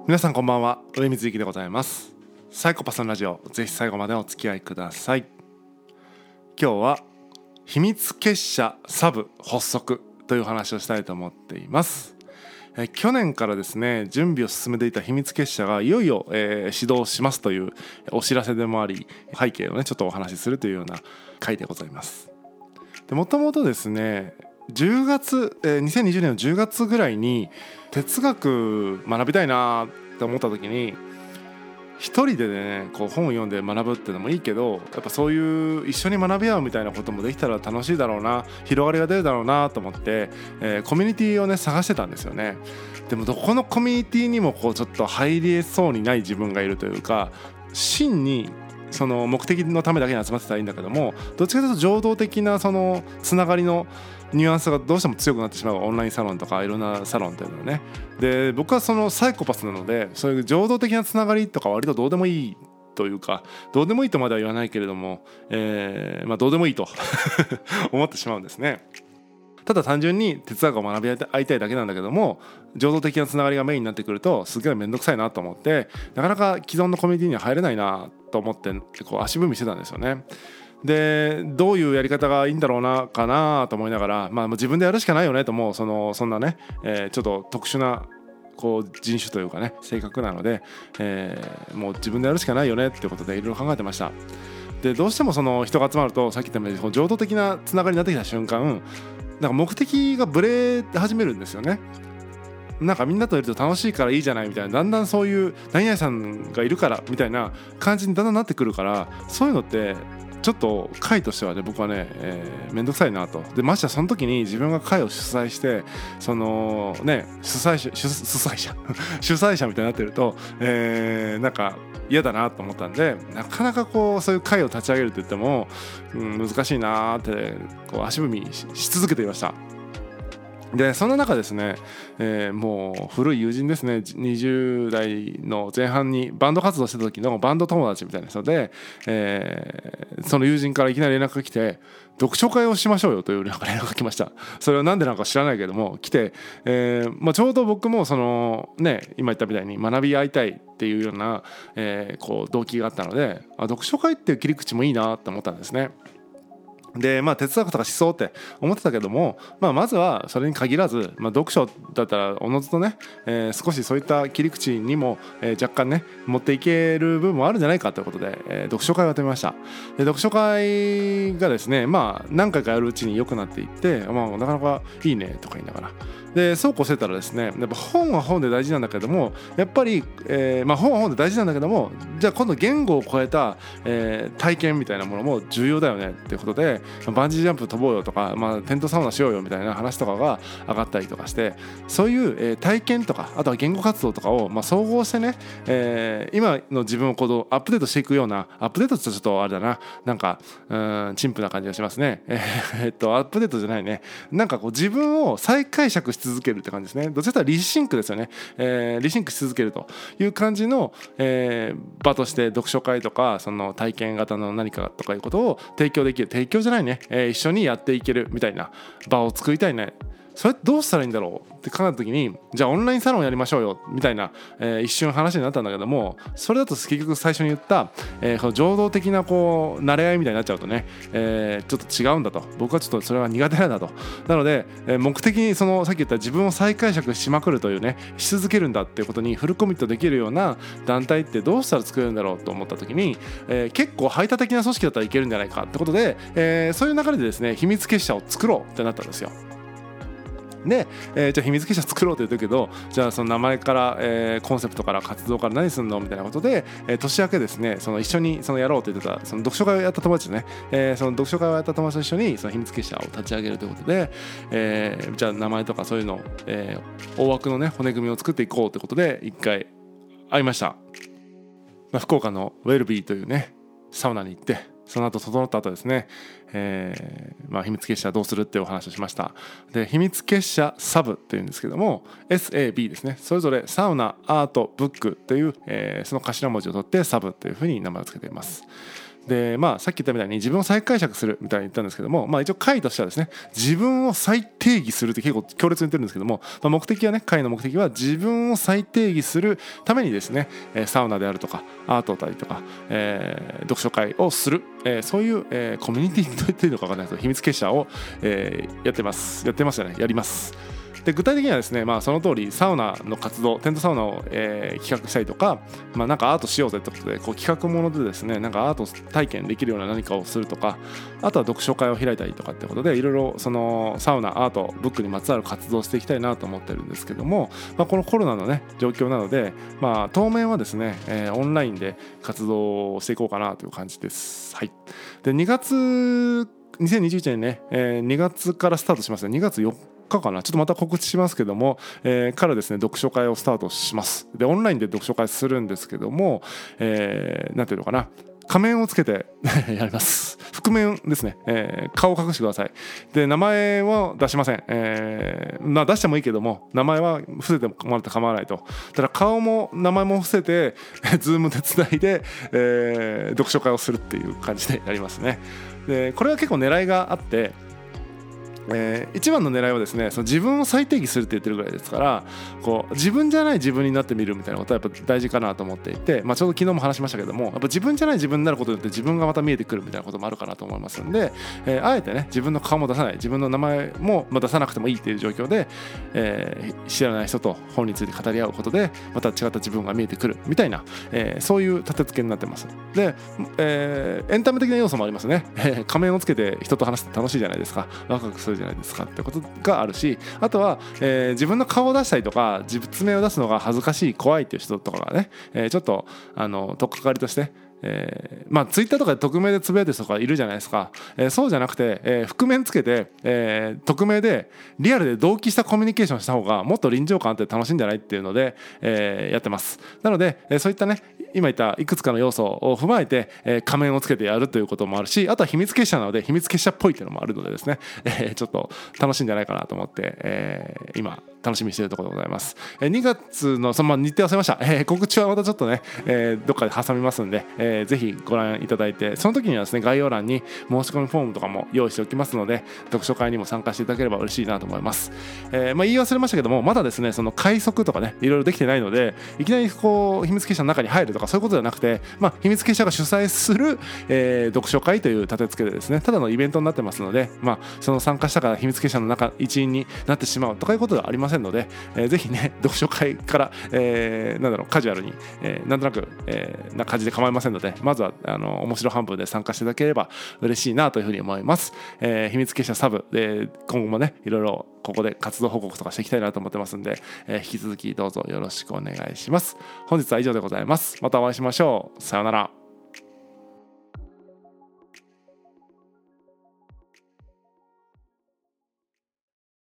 皆さんこんばんは、上水幸でございます。サイコパスのラジオ、ぜひ最後までお付き合いください。今日は秘密結社サブ発足という話をしたいと思っています。去年からですね、準備を進めていた秘密結社がいよいよ、始動しますというお知らせでもあり、背景をねちょっとお話しするというような回でございます。もともとですね、10月、2020年の10月ぐらいに哲学学びたいなって思った時に、一人でねこう本を読んで学ぶっていうのもいいけど、やっぱそういう一緒に学び合うみたいなこともできたら楽しいだろうな、広がりが出るだろうなと思って、コミュニティをね探してたんですよね。でもどこのコミュニティにもこうちょっと入りそうにない自分がいるというか、真にその目的のためだけに集まってたらいいんだけども、どっちかというと情動的なそのつながりのニュアンスがどうしても強くなってしまうオンラインサロンとかいろんなサロンっていうのはね。で、僕はそのサイコパスなので、そういう情動的なつながりとか割とどうでもいいというか、どうでもいいとまでは言わないけれども、どうでもいいと思ってしまうんですね。ただ単純に哲学を学び合いたいだけなんだけども、情動的なつながりがメインになってくるとすげえめんどくさいなと思って、なかなか既存のコミュニティには入れないなと思ってこう足踏みしてたんですよね。で、どういうやり方がいいんだろうなかなと思いながら、自分でやるしかないよねと、もうそんなね、ちょっと特殊なこう人種というかね性格なので、もう自分でやるしかないよねっていうことでいろいろ考えてました。で、どうしてもその人が集まると、さっき言ったように情動的なつながりになってきた瞬間、なんか目的がブレ始めるんですよね。なんかみんなといると楽しいからいいじゃないみたいな、だんだんそういう何々さんがいるからみたいな感じにだんだんなってくるから、そういうのってちょっと会としてはね、僕はね、めんどくさいなと。で、ましてやその時に自分が会を主催して、そのね主催者みたいになってると、なんか嫌だなと思ったんで、なかなかこうそういう会を立ち上げるって言っても、難しいなってこう足踏み し続けていました。で、そんな中ですね、もう古い友人ですね、20代の前半にバンド活動してた時のバンド友達みたいな人で、その友人からいきなり連絡が来て、読書会をしましょうよという連絡が来ました。それはなんでなんか知らないけども来て、ちょうど僕もそのね、今言ったみたいに学び合いたいっていうような、こう動機があったので、読書会っていう切り口もいいなと思ったんですね。で、哲学とか思想って思ってたけども、まずはそれに限らず、読書だったらおのずとね、少しそういった切り口にも、若干ね持っていける部分もあるんじゃないかということで、読書会をやってみました。で、読書会がですね、何回かやるうちに良くなっていって、なかなかいいねとか言いながら、でそうこうしてたらですね、やっぱ本は本で大事なんだけども、やっぱり、本は本で大事なんだけども、じゃあ今度言語を超えた、体験みたいなものも重要だよねっていうことで、バンジージャンプ飛ぼうよとか、テントサウナしようよみたいな話とかが上がったりとかして、そういう、体験とか、あとは言語活動とかを、総合してね、今の自分をこうアップデートしていくような、アップデートってちょっとあれだな、なんか陳腐な感じがしますね。アップデートじゃないね、なんかこう自分を再解釈し続けるって感じですね。どちらかというとリシンクですよね。リシンクし続けるという感じの、場として読書会とか、その体験型の何かとかいうことを提供できる、提供じゃないね、一緒にやっていけるみたいな場を作りたいね。それどうしたらいいんだろうって考えた時に、じゃあオンラインサロンやりましょうよみたいな、一瞬話になったんだけども、それだと結局最初に言った、この情動的なこう慣れ合いみたいになっちゃうとね、ちょっと違うんだと、僕はちょっとそれは苦手なんだと。なので、目的にそのさっき言った自分を再解釈しまくるというね、し続けるんだっていうことにフルコミットできるような団体ってどうしたら作れるんだろうと思った時に、結構排他的な組織だったらいけるんじゃないかってことで、そういう流れでですね、秘密結社を作ろうってなったんですよ。で、じゃあ秘密結社作ろうって言うけど、じゃあその名前から、コンセプトから活動から何するのみたいなことで、年明けですね、その一緒にそのやろうって言ってたその読書会をやった友達ですね、その読書会をやった友達と一緒にその秘密結社を立ち上げるということで、じゃあ名前とかそういうの、大枠のね骨組みを作っていこうということで一回会いました。福岡のウェルビーというねサウナに行って、その後整った後ですね、秘密結社どうするっていうお話をしました。で、秘密結社サブっていうんですけども、 SAB ですね。それぞれサウナ、アート、ブックという、その頭文字を取ってサブというふうに名前を付けています。 でさっき言ったみたいに自分を再解釈するみたいに言ったんですけども、一応会としてはですね、自分を再定義するって結構強烈に言ってるんですけども、目的はね、会の目的は自分を再定義するためにですね、サウナであるとかアートだったりとか、読書会をする、そういう、コミュニティと言っていいのか分からないですけど、秘密結社を、やってますよね、やります。で具体的にはですね、その通りサウナの活動、テントサウナを、企画したりとか、なんかアートしようぜということで企画ものでですね、なんかアート体験できるような何かをするとか、あとは読書会を開いたりとかってことで、いろいろそのサウナ、アート、ブックにまつわる活動をしていきたいなと思ってるんですけども、このコロナのね状況なので、当面はですね、オンラインで活動をしていこうかなという感じです。はい。で2021年ね、2月からスタートしますね。2月4日かな、ちょっとまた告知しますけども、からですね読書会をスタートします。でオンラインで読書会するんですけども、なんていうのかな、仮面をつけてやります。覆面ですね、顔を隠してください。で名前は出しません、出してもいいけども名前は伏せてもらって構わないと。ただ顔も名前も伏せてズームでつないで、読書会をするっていう感じでやりますね。でこれは結構狙いがあって、一番の狙いはですね、その自分を再定義するって言ってるぐらいですから、自分じゃない自分になってみるみたいなことはやっぱ大事かなと思っていて、ちょうど昨日も話しましたけども、やっぱ自分じゃない自分になることによって自分がまた見えてくるみたいなこともあるかなと思いますので、あえてね自分の顔も出さない、自分の名前も出さなくてもいいっていう状況で、知らない人と本について語り合うことでまた違った自分が見えてくるみたいな、そういう立て付けになってます。で、エンタメ的な要素もありますね。仮面をつけて人と話して楽しいじゃないですか、ワクワクするじゃないですかってことがあるし、あとは、自分の顔を出したりとか実名を出すのが恥ずかしい、怖いっていう人とかがね、ちょっと取っかかりとして、ツイッターとかで匿名でつぶやいてる人とかいるじゃないですか。そうじゃなくて、覆面つけて、匿名でリアルで同期したコミュニケーションした方がもっと臨場感あって楽しいんじゃないっていうので、やってます。なので、そういったね今言ったいくつかの要素を踏まえて、仮面をつけてやるということもあるし、あとは秘密結社なので秘密結社っぽいっていうのもあるのでですね、ちょっと楽しいんじゃないかなと思って、今楽しみにしているところでございます。2月の日程忘れました。告知はまたちょっとね、どっかで挟みますんで、ぜひご覧いただいて、その時にはですね概要欄に申し込みフォームとかも用意しておきますので、読書会にも参加していただければ嬉しいなと思います。言い忘れましたけども、まだですねその快速とかねいろいろできてないので、いきなり秘密結社の中に入るとかそういうことではなくて、秘密結社が主催する、読書会という立て付けでですね、ただのイベントになってますので、その参加したから秘密結社の一員になってしまうとかいうことではありませんので、ぜひね読書会から、カジュアルに、なんとなく、な感じで構いませんので、まずは面白半分で参加していただければ嬉しいなというふうに思います。秘密結社サブで今後もねいろいろここで活動報告とかしていきたいなと思ってますんで、引き続きどうぞよろしくお願いします。本日は以上でございます。またお会いしましょう。さようなら。